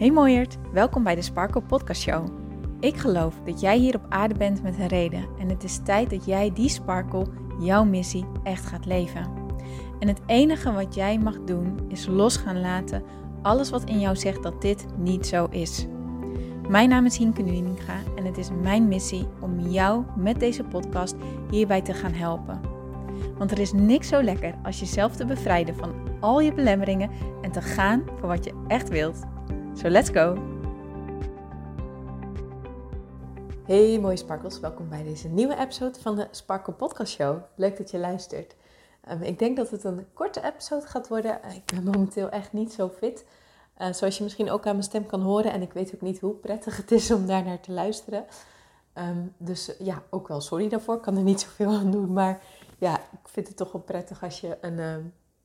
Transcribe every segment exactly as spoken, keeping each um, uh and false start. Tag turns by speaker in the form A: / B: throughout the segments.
A: Hey mooiert, welkom bij de Sparkle Podcast Show. Ik geloof dat jij hier op aarde bent met een reden en het is tijd dat jij die sparkle, jouw missie, echt gaat leven. En het enige wat jij mag doen is los gaan laten alles wat in jou zegt dat dit niet zo is. Mijn naam is Hienke Nuninga en het is mijn missie om jou met deze podcast hierbij te gaan helpen. Want er is niks zo lekker als jezelf te bevrijden van al je belemmeringen en te gaan voor wat je echt wilt. So let's go! Hey mooie sparkles, welkom bij deze nieuwe episode van de Sparkle Podcast Show. Leuk dat je luistert. Um, ik denk dat het een korte episode gaat worden. Uh, ik ben momenteel echt niet zo fit. Uh, zoals je misschien ook aan mijn stem kan horen. En ik weet ook niet hoe prettig het is om daar naar te luisteren. Um, dus uh, ja, ook wel sorry daarvoor. Ik kan er niet zoveel aan doen. Maar ja, ik vind het toch wel prettig als je een, uh,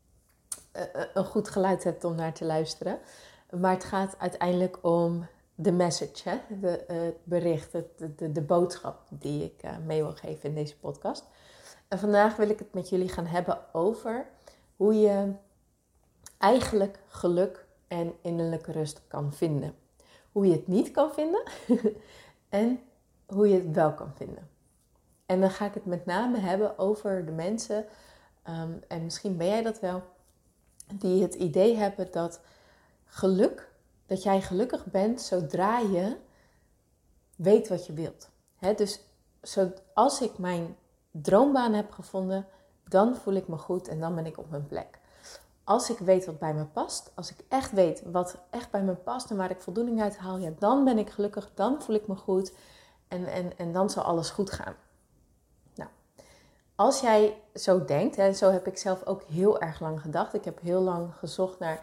A: uh, een goed geluid hebt om naar te luisteren. Maar het gaat uiteindelijk om de message, hè? De, uh, het bericht, de, de, de boodschap die ik uh, mee wil geven in deze podcast. En vandaag wil ik het met jullie gaan hebben over hoe je eigenlijk geluk en innerlijke rust kan vinden. Hoe je het niet kan vinden en hoe je het wel kan vinden. En dan ga ik het met name hebben over de mensen, um, en misschien ben jij dat wel, die het idee hebben dat geluk, dat jij gelukkig bent zodra je weet wat je wilt. He, dus zo, als ik mijn droombaan heb gevonden, dan voel ik me goed en dan ben ik op mijn plek. Als ik weet wat bij me past, als ik echt weet wat echt bij me past en waar ik voldoening uit haal, ja, dan ben ik gelukkig, dan voel ik me goed en, en, en dan zal alles goed gaan. Nou, als jij zo denkt, en zo heb ik zelf ook heel erg lang gedacht. Ik heb heel lang gezocht naar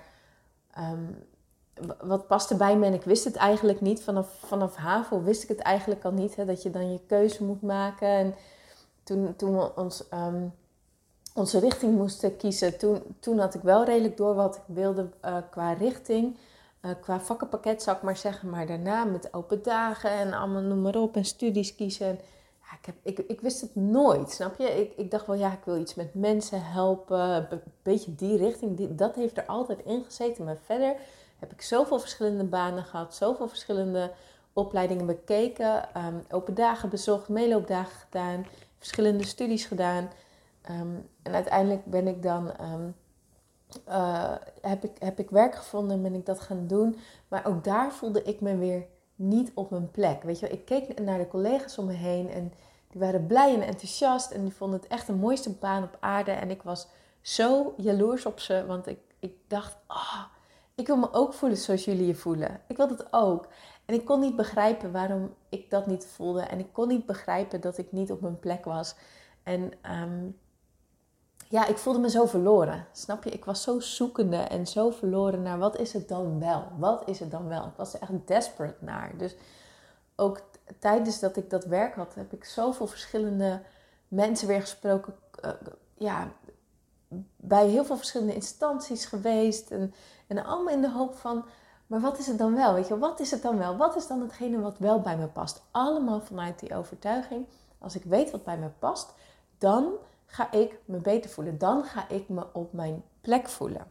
A: um, wat paste bij me en ik wist het eigenlijk niet. Vanaf, vanaf HAVO wist ik het eigenlijk al niet, hè, dat je dan je keuze moet maken. En toen, toen we ons, um, onze richting moesten kiezen, toen, toen had ik wel redelijk door wat ik wilde uh, qua richting. Uh, qua vakkenpakket zou ik maar zeggen, maar daarna met open dagen en allemaal noem maar op en studies kiezen. En, ja, ik, heb, ik, ik wist het nooit, snap je? Ik, ik dacht wel, ja, ik wil iets met mensen helpen, een beetje die richting, die, dat heeft er altijd in gezeten. Maar verder heb ik zoveel verschillende banen gehad, zoveel verschillende opleidingen bekeken, um, open dagen bezocht, meeloopdagen gedaan, verschillende studies gedaan. Um, en uiteindelijk ben ik dan, um, uh, heb, ik, heb ik werk gevonden en ben ik dat gaan doen. Maar ook daar voelde ik me weer niet op mijn plek. Weet je wel, ik keek naar de collega's om me heen en die waren blij en enthousiast. En die vonden het echt de mooiste baan op aarde. En ik was zo jaloers op ze, want ik, ik dacht, oh, ik wil me ook voelen zoals jullie je voelen. Ik wil dat ook. En ik kon niet begrijpen waarom ik dat niet voelde. En ik kon niet begrijpen dat ik niet op mijn plek was. En um, ja, ik voelde me zo verloren. Snap je? Ik was zo zoekende en zo verloren naar wat is het dan wel? Wat is het dan wel? Ik was er echt desperate naar. Dus ook t- tijdens dat ik dat werk had, heb ik zoveel verschillende mensen weer gesproken. Uh, ja, bij heel veel verschillende instanties geweest. En, en allemaal in de hoop van, maar wat is het dan wel? Weet je, wat is het dan wel? Wat is dan hetgene wat wel bij me past? Allemaal vanuit die overtuiging. Als ik weet wat bij me past, dan ga ik me beter voelen. Dan ga ik me op mijn plek voelen.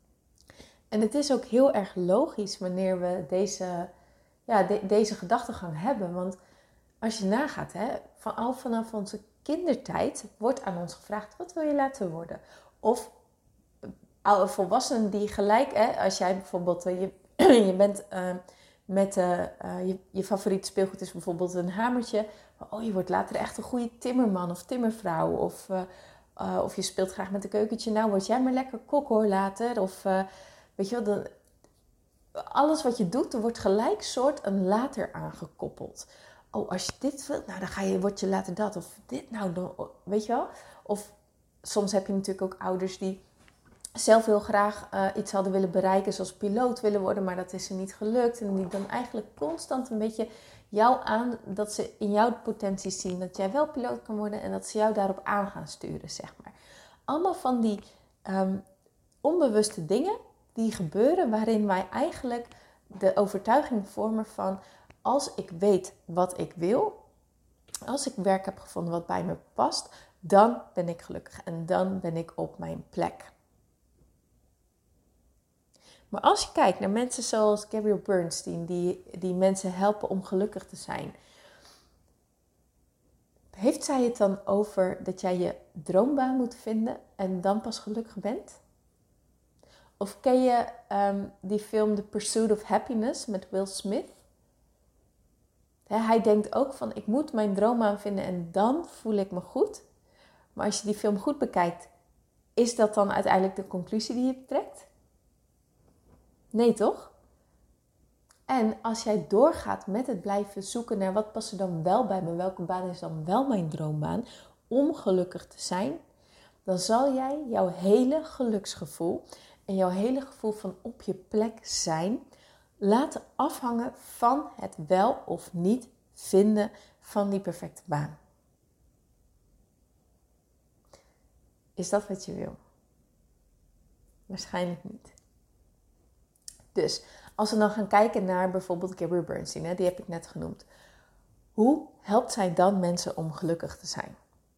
A: En het is ook heel erg logisch wanneer we deze, ja, de, deze gedachtegang hebben. Want als je nagaat, hè, van, al vanaf onze kindertijd wordt aan ons gevraagd, wat wil je laten worden? Of oude volwassenen die gelijk, hè, als jij bijvoorbeeld, je, je bent uh, met uh, uh, je, je favoriete speelgoed is bijvoorbeeld een hamertje. Oh, je wordt later echt een goede timmerman of timmervrouw. Of, uh, uh, of je speelt graag met een keukentje. Nou, word jij maar lekker kok hoor later. Of uh, weet je wel, dan, alles wat je doet, er wordt gelijk soort een later aangekoppeld. Oh, als je dit wilt, nou dan ga je, word je later dat. Of dit, nou dan, weet je wel. Of soms heb je natuurlijk ook ouders die zelf heel graag uh, iets hadden willen bereiken, zoals piloot willen worden, maar dat is ze niet gelukt. En die dan eigenlijk constant een beetje jou aan, dat ze in jouw potenties zien dat jij wel piloot kan worden en dat ze jou daarop aan gaan sturen, zeg maar. Allemaal van die um, onbewuste dingen die gebeuren, waarin wij eigenlijk de overtuiging vormen van, als ik weet wat ik wil, als ik werk heb gevonden wat bij me past, dan ben ik gelukkig en dan ben ik op mijn plek. Maar als je kijkt naar mensen zoals Gabrielle Bernstein, die, die mensen helpen om gelukkig te zijn. Heeft zij het dan over dat jij je droombaan moet vinden en dan pas gelukkig bent? Of ken je um, die film The Pursuit of Happiness met Will Smith? He, hij denkt ook van, ik moet mijn droombaan vinden en dan voel ik me goed. Maar als je die film goed bekijkt, is dat dan uiteindelijk de conclusie die je trekt? Nee, toch? En als jij doorgaat met het blijven zoeken naar wat past er dan wel bij me, welke baan is dan wel mijn droombaan, om gelukkig te zijn, dan zal jij jouw hele geluksgevoel en jouw hele gevoel van op je plek zijn laten afhangen van het wel of niet vinden van die perfecte baan. Is dat wat je wil? Waarschijnlijk niet. Dus als we dan gaan kijken naar bijvoorbeeld Gabrielle Bernstein, hè, die heb ik net genoemd. Hoe helpt zij dan mensen om gelukkig te zijn?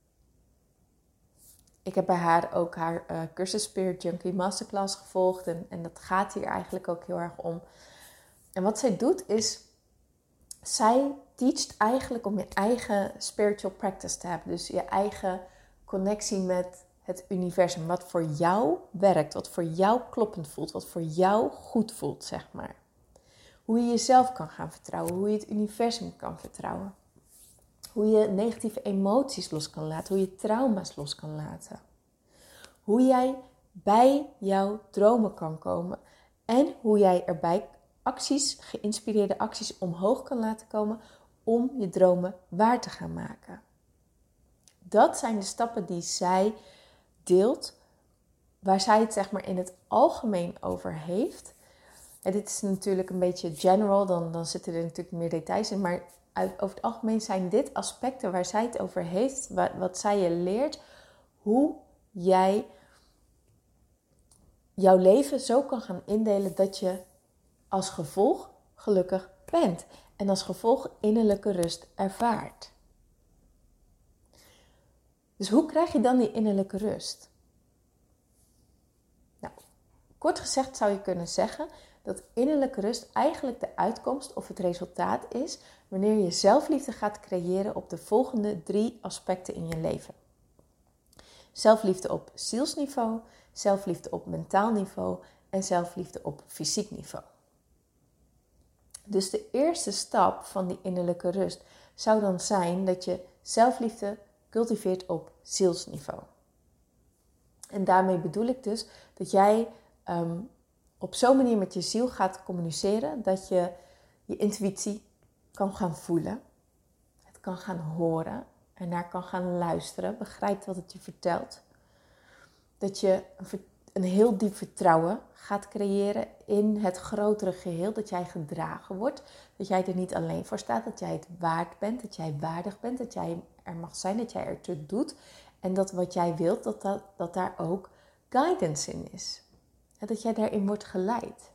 A: Ik heb bij haar ook haar uh, cursus Spirit Junkie Masterclass gevolgd. En, en dat gaat hier eigenlijk ook heel erg om. En wat zij doet is, zij teacht eigenlijk om je eigen spiritual practice te hebben. Dus je eigen connectie met het universum. Wat voor jou werkt, wat voor jou kloppend voelt, wat voor jou goed voelt, zeg maar. Hoe je jezelf kan gaan vertrouwen, hoe je het universum kan vertrouwen. Hoe je negatieve emoties los kan laten, hoe je trauma's los kan laten. Hoe jij bij jouw dromen kan komen. En hoe jij erbij acties, geïnspireerde acties omhoog kan laten komen om je dromen waar te gaan maken. Dat zijn de stappen die zij deelt, waar zij het zeg maar in het algemeen over heeft. En dit is natuurlijk een beetje general, dan, dan zitten er natuurlijk meer details in, maar uit, over het algemeen zijn dit aspecten waar zij het over heeft, wat, wat zij je leert, hoe jij jouw leven zo kan gaan indelen dat je als gevolg gelukkig bent en als gevolg innerlijke rust ervaart. Dus hoe krijg je dan die innerlijke rust? Nou, kort gezegd zou je kunnen zeggen dat innerlijke rust eigenlijk de uitkomst of het resultaat is wanneer je zelfliefde gaat creëren op de volgende drie aspecten in je leven. Zelfliefde op zielsniveau, zelfliefde op mentaal niveau en zelfliefde op fysiek niveau. Dus de eerste stap van die innerlijke rust zou dan zijn dat je zelfliefde cultiveert op zielsniveau. En daarmee bedoel ik dus dat jij um, op zo'n manier met je ziel gaat communiceren dat je je intuïtie kan gaan voelen, het kan gaan horen en naar kan gaan luisteren, begrijpt wat het je vertelt. Dat je een, een heel diep vertrouwen gaat creëren in het grotere geheel, dat jij gedragen wordt, dat jij er niet alleen voor staat, dat jij het waard bent, dat jij waardig bent, dat jij er mag zijn, dat jij ertoe doet en dat wat jij wilt, dat, dat, dat daar ook guidance in is. En dat jij daarin wordt geleid.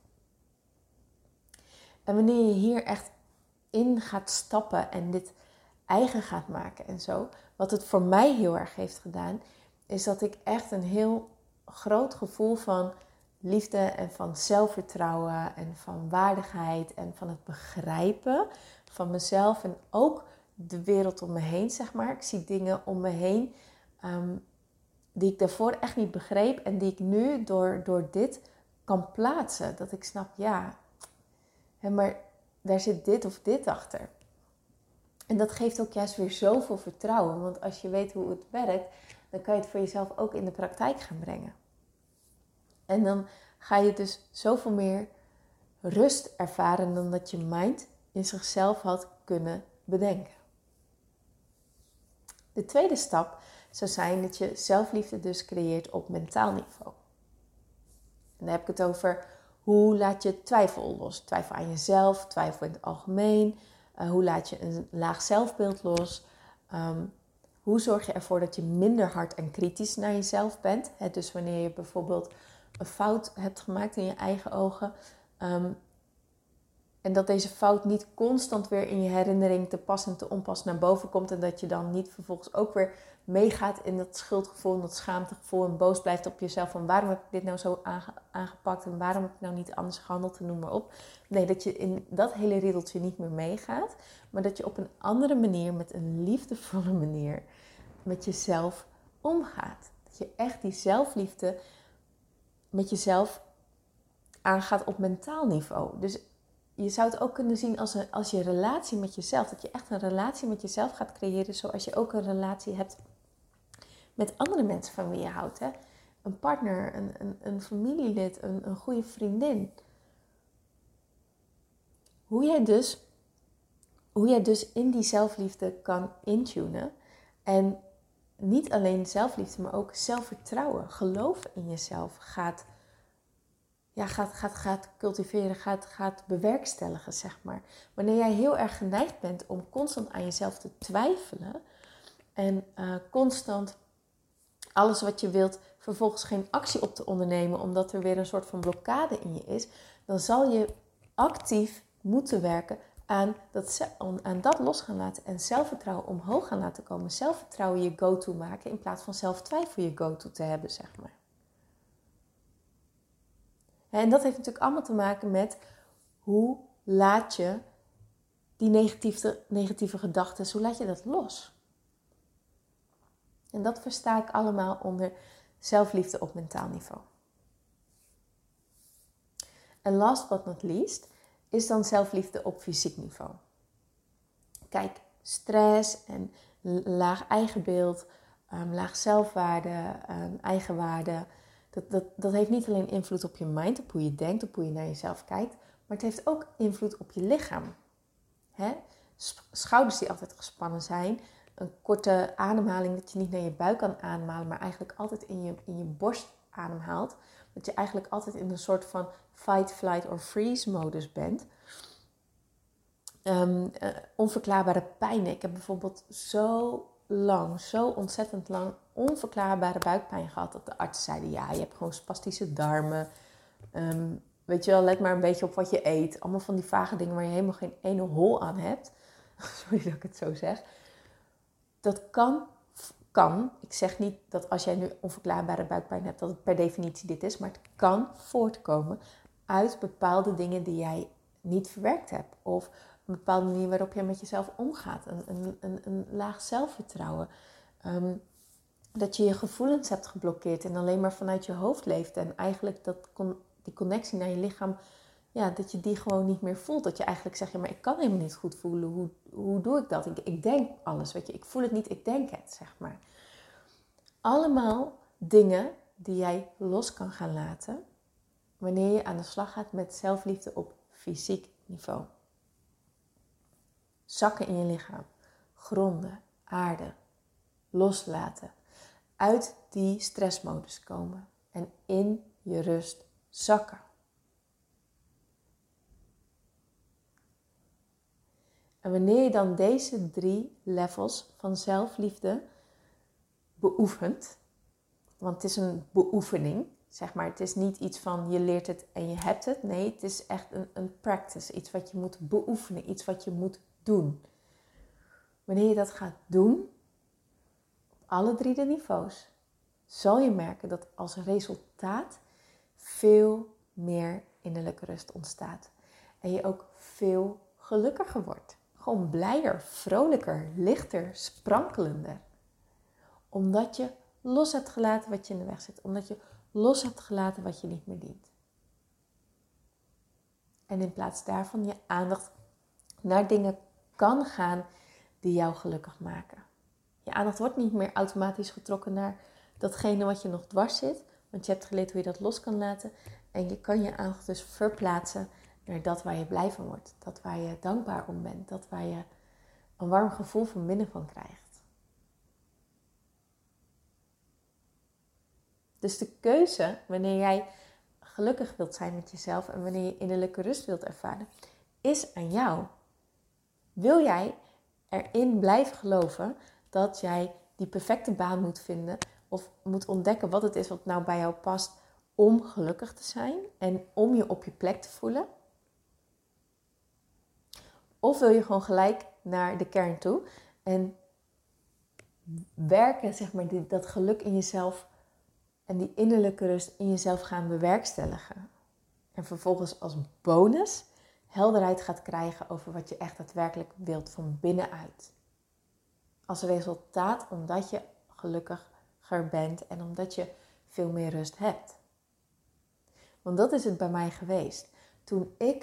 A: En wanneer je hier echt in gaat stappen en dit eigen gaat maken en zo, wat het voor mij heel erg heeft gedaan, is dat ik echt een heel groot gevoel van liefde en van zelfvertrouwen en van waardigheid en van het begrijpen van mezelf en ook de wereld om me heen, zeg maar. Ik zie dingen om me heen um, die ik daarvoor echt niet begreep en die ik nu door, door dit kan plaatsen. Dat ik snap, ja, hè, maar daar zit dit of dit achter. En dat geeft ook juist weer zoveel vertrouwen. Want als je weet hoe het werkt, dan kan je het voor jezelf ook in de praktijk gaan brengen. En dan ga je dus zoveel meer rust ervaren dan dat je mind in zichzelf had kunnen bedenken. De tweede stap zou zijn dat je zelfliefde dus creëert op mentaal niveau. En dan heb ik het over hoe laat je twijfel los. Twijfel aan jezelf, twijfel in het algemeen. Uh, hoe laat je een laag zelfbeeld los. Um, hoe zorg je ervoor dat je minder hard en kritisch naar jezelf bent. He, dus wanneer je bijvoorbeeld een fout hebt gemaakt in je eigen ogen. Um, En dat deze fout niet constant weer in je herinnering te pas en te onpas naar boven komt. En dat je dan niet vervolgens ook weer meegaat in dat schuldgevoel en dat schaamtegevoel. En boos blijft op jezelf van waarom heb ik dit nou zo aange- aangepakt. En waarom heb ik nou niet anders gehandeld en noem maar op. Nee, dat je in dat hele riddeltje niet meer meegaat. Maar dat je op een andere manier, met een liefdevolle manier, met jezelf omgaat. Dat je echt die zelfliefde met jezelf aangaat op mentaal niveau. Dus je zou het ook kunnen zien als, een, als je relatie met jezelf. Dat je echt een relatie met jezelf gaat creëren. Zoals je ook een relatie hebt met andere mensen van wie je houdt. Hè? Een partner, een, een, een familielid, een, een goede vriendin. Hoe jij, dus, hoe jij dus in die zelfliefde kan intunen. En niet alleen zelfliefde, maar ook zelfvertrouwen. Geloof in jezelf gaat Ja, gaat, gaat, gaat cultiveren, gaat, gaat bewerkstelligen, zeg maar. Wanneer jij heel erg geneigd bent om constant aan jezelf te twijfelen en uh, constant alles wat je wilt vervolgens geen actie op te ondernemen omdat er weer een soort van blokkade in je is, dan zal je actief moeten werken aan dat, aan dat los gaan laten en zelfvertrouwen omhoog gaan laten komen. Zelfvertrouwen je go-to maken in plaats van zelftwijfel je go-to te hebben, zeg maar. En dat heeft natuurlijk allemaal te maken met hoe laat je die negatieve, negatieve gedachten, hoe laat je dat los? En dat versta ik allemaal onder zelfliefde op mentaal niveau. En last but not least is dan zelfliefde op fysiek niveau. Kijk, stress en laag eigenbeeld, um, laag zelfwaarde, um, eigenwaarde. Dat, dat, dat heeft niet alleen invloed op je mind, op hoe je denkt, op hoe je naar jezelf kijkt. Maar het heeft ook invloed op je lichaam. Hè? Schouders die altijd gespannen zijn. Een korte ademhaling dat je niet naar je buik kan ademhalen, maar eigenlijk altijd in je, in je borst ademhaalt. Dat je eigenlijk altijd in een soort van fight, flight or freeze modus bent. Um, uh, onverklaarbare pijn. Ik heb bijvoorbeeld zo lang, zo ontzettend lang onverklaarbare buikpijn gehad. Dat de artsen zeiden, ja, je hebt gewoon spastische darmen. Um, weet je wel, let maar een beetje op wat je eet. Allemaal van die vage dingen waar je helemaal geen ene hol aan hebt. Sorry dat ik het zo zeg. Dat kan, kan, ik zeg niet dat als jij nu onverklaarbare buikpijn hebt, dat het per definitie dit is. Maar het kan voortkomen uit bepaalde dingen die jij niet verwerkt hebt. Of een bepaalde manier waarop je met jezelf omgaat. Een, een, een, een laag zelfvertrouwen. Um, dat je je gevoelens hebt geblokkeerd en alleen maar vanuit je hoofd leeft. En eigenlijk dat con- die connectie naar je lichaam, ja, dat je die gewoon niet meer voelt. Dat je eigenlijk zegt, ja, maar ik kan helemaal niet goed voelen. Hoe, hoe doe ik dat? Ik, ik denk alles, weet je. Ik voel het niet, ik denk het, zeg maar. Allemaal dingen die jij los kan gaan laten wanneer je aan de slag gaat met zelfliefde op fysiek niveau. Zakken in je lichaam, gronden, aarde, loslaten. Uit die stressmodus komen en in je rust zakken. En wanneer je dan deze drie levels van zelfliefde beoefent, want het is een beoefening, zeg maar, het is niet iets van je leert het en je hebt het. Nee, het is echt een, een practice, iets wat je moet beoefenen, iets wat je moet doen. Wanneer je dat gaat doen, op alle drie de niveaus, zal je merken dat als resultaat veel meer innerlijke rust ontstaat. En je ook veel gelukkiger wordt. Gewoon blijer, vrolijker, lichter, sprankelender. Omdat je los hebt gelaten wat je in de weg zit. Omdat je los hebt gelaten wat je niet meer dient. En in plaats daarvan je aandacht naar dingen kan gaan die jou gelukkig maken. Je aandacht wordt niet meer automatisch getrokken naar datgene wat je nog dwars zit. Want je hebt geleerd hoe je dat los kan laten. En je kan je aandacht dus verplaatsen naar dat waar je blij van wordt. Dat waar je dankbaar om bent. Dat waar je een warm gevoel van binnen van krijgt. Dus de keuze, wanneer jij gelukkig wilt zijn met jezelf en wanneer je innerlijke rust wilt ervaren, is aan jou. Wil jij erin blijven geloven dat jij die perfecte baan moet vinden of moet ontdekken wat het is wat nou bij jou past om gelukkig te zijn en om je op je plek te voelen? Of wil je gewoon gelijk naar de kern toe en werken, zeg maar, die, dat geluk in jezelf en die innerlijke rust in jezelf gaan bewerkstelligen. En vervolgens als bonus helderheid gaat krijgen over wat je echt daadwerkelijk wilt van binnenuit. Als resultaat omdat je gelukkiger bent en omdat je veel meer rust hebt. Want dat is het bij mij geweest. Toen ik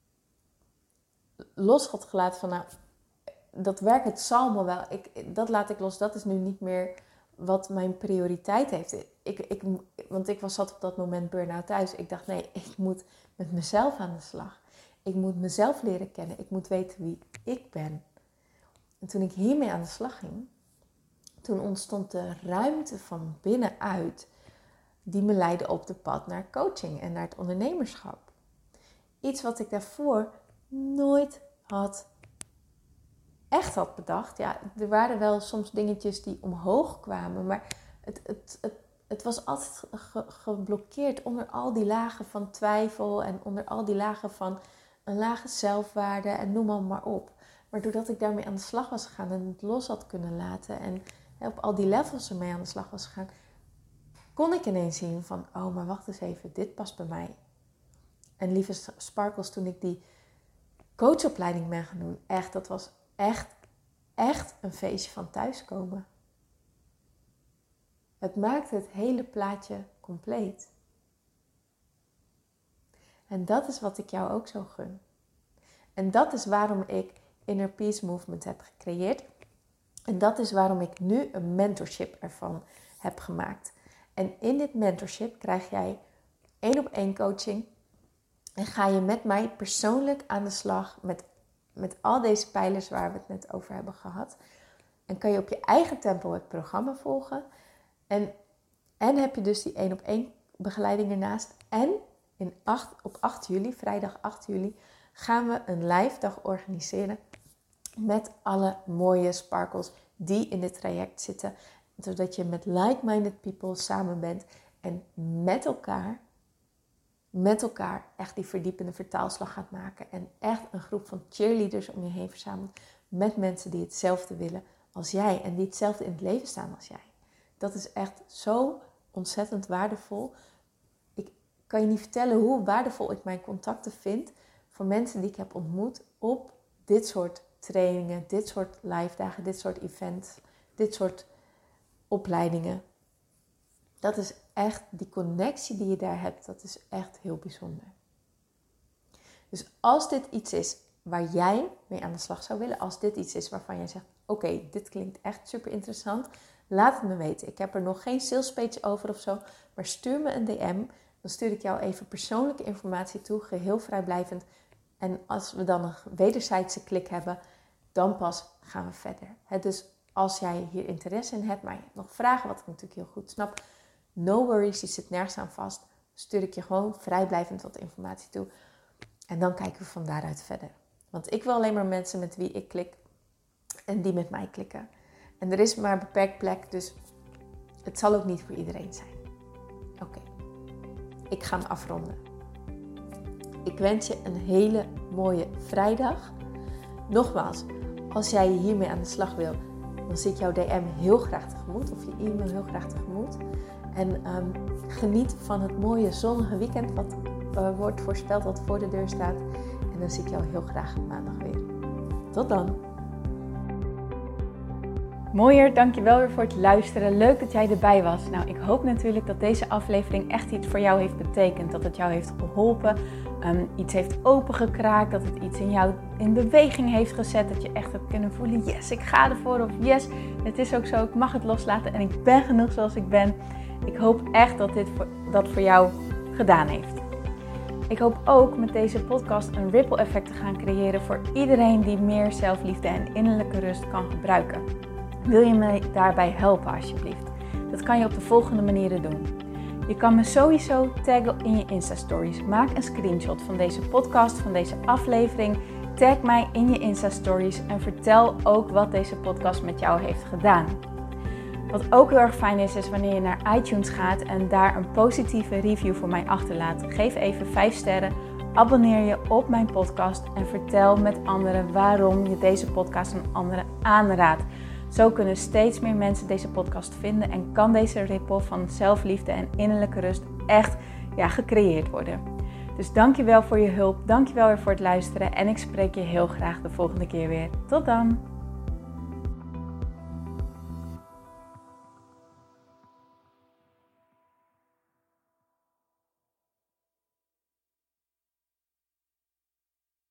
A: los had gelaten van, nou, dat werk, het zal me wel. Ik, dat laat ik los, dat is nu niet meer wat mijn prioriteit heeft. Ik, ik, want ik was zat op dat moment burn-out thuis. Ik dacht, nee, ik moet met mezelf aan de slag. Ik moet mezelf leren kennen. Ik moet weten wie ik ben. En toen ik hiermee aan de slag ging, toen ontstond de ruimte van binnenuit die me leidde op de pad naar coaching en naar het ondernemerschap. Iets wat ik daarvoor nooit had echt had bedacht. Ja, er waren wel soms dingetjes die omhoog kwamen, maar het, het, het, het was altijd ge, geblokkeerd onder al die lagen van twijfel en onder al die lagen van een lage zelfwaarde en noem maar, maar op. Maar doordat ik daarmee aan de slag was gegaan en het los had kunnen laten en hè, op al die levels ermee aan de slag was gegaan, kon ik ineens zien van, oh, maar wacht eens even, dit past bij mij. En lieve Sparkles, toen ik die coachopleiding ben gaan doen, echt, dat was echt, echt een feestje van thuiskomen. Het maakte het hele plaatje compleet. En dat is wat ik jou ook zo gun. En dat is waarom ik Inner Peace Movement heb gecreëerd. En dat is waarom ik nu een mentorship ervan heb gemaakt. En in dit mentorship krijg jij één op één coaching. En ga je met mij persoonlijk aan de slag met, met al deze pijlers waar we het net over hebben gehad. En kan je op je eigen tempo het programma volgen. En, en heb je dus die één op één begeleiding ernaast. En in acht, op acht juli, vrijdag acht juli, gaan we een live dag organiseren met alle mooie sparkles die in dit traject zitten. Zodat je met like-minded people samen bent en met elkaar, met elkaar echt die verdiepende vertaalslag gaat maken. En echt een groep van cheerleaders om je heen verzamelt met mensen die hetzelfde willen als jij en die hetzelfde in het leven staan als jij. Dat is echt zo ontzettend waardevol. Ik kan je niet vertellen hoe waardevol ik mijn contacten vind van mensen die ik heb ontmoet op dit soort trainingen, dit soort live dagen, dit soort events, dit soort opleidingen. Dat is echt, die connectie die je daar hebt, dat is echt heel bijzonder. Dus als dit iets is waar jij mee aan de slag zou willen, als dit iets is waarvan jij zegt, oké, okay, dit klinkt echt super interessant, laat het me weten. Ik heb er nog geen sales page over of zo, maar stuur me een D M. Dan stuur ik jou even persoonlijke informatie toe, geheel vrijblijvend. En als we dan een wederzijdse klik hebben, dan pas gaan we verder. He, dus als jij hier interesse in hebt, maar je hebt nog vragen, wat ik natuurlijk heel goed snap, no worries, je zit nergens aan vast. Stuur ik je gewoon vrijblijvend wat informatie toe. En dan kijken we van daaruit verder. Want ik wil alleen maar mensen met wie ik klik en die met mij klikken. En er is maar een beperkt plek, dus het zal ook niet voor iedereen zijn. Oké, okay. Ik ga hem afronden. Ik wens je een hele mooie vrijdag. Nogmaals, als jij hiermee aan de slag wil, dan zit jouw D M heel graag tegemoet of je e-mail heel graag tegemoet. En um, geniet van het mooie zonnige weekend wat uh, wordt voorspeld, wat voor de deur staat. En dan zie ik jou heel graag maandag weer. Tot dan!
B: Mooier, dankjewel weer voor het luisteren. Leuk dat jij erbij was. Nou, ik hoop natuurlijk dat deze aflevering echt iets voor jou heeft betekend. Dat het jou heeft geholpen, um, iets heeft opengekraakt, dat het iets in jou in beweging heeft gezet. Dat je echt hebt kunnen voelen, yes, ik ga ervoor. Of yes, het is ook zo, ik mag het loslaten en ik ben genoeg zoals ik ben. Ik hoop echt dat dit voor, dat voor jou gedaan heeft. Ik hoop ook met deze podcast een ripple effect te gaan creëren voor iedereen die meer zelfliefde en innerlijke rust kan gebruiken. Wil je me daarbij helpen alsjeblieft? Dat kan je op de volgende manieren doen. Je kan me sowieso taggen in je Insta-stories. Maak een screenshot van deze podcast, van deze aflevering. Tag mij in je Insta-stories en vertel ook wat deze podcast met jou heeft gedaan. Wat ook heel erg fijn is, is wanneer je naar iTunes gaat en daar een positieve review voor mij achterlaat. Geef even vijf sterren abonneer je op mijn podcast en vertel met anderen waarom je deze podcast aan anderen aanraadt. Zo kunnen steeds meer mensen deze podcast vinden en kan deze ripple van zelfliefde en innerlijke rust echt ja, gecreëerd worden. Dus dankjewel voor je hulp, dankjewel weer voor het luisteren en ik spreek je heel graag de volgende keer weer. Tot dan!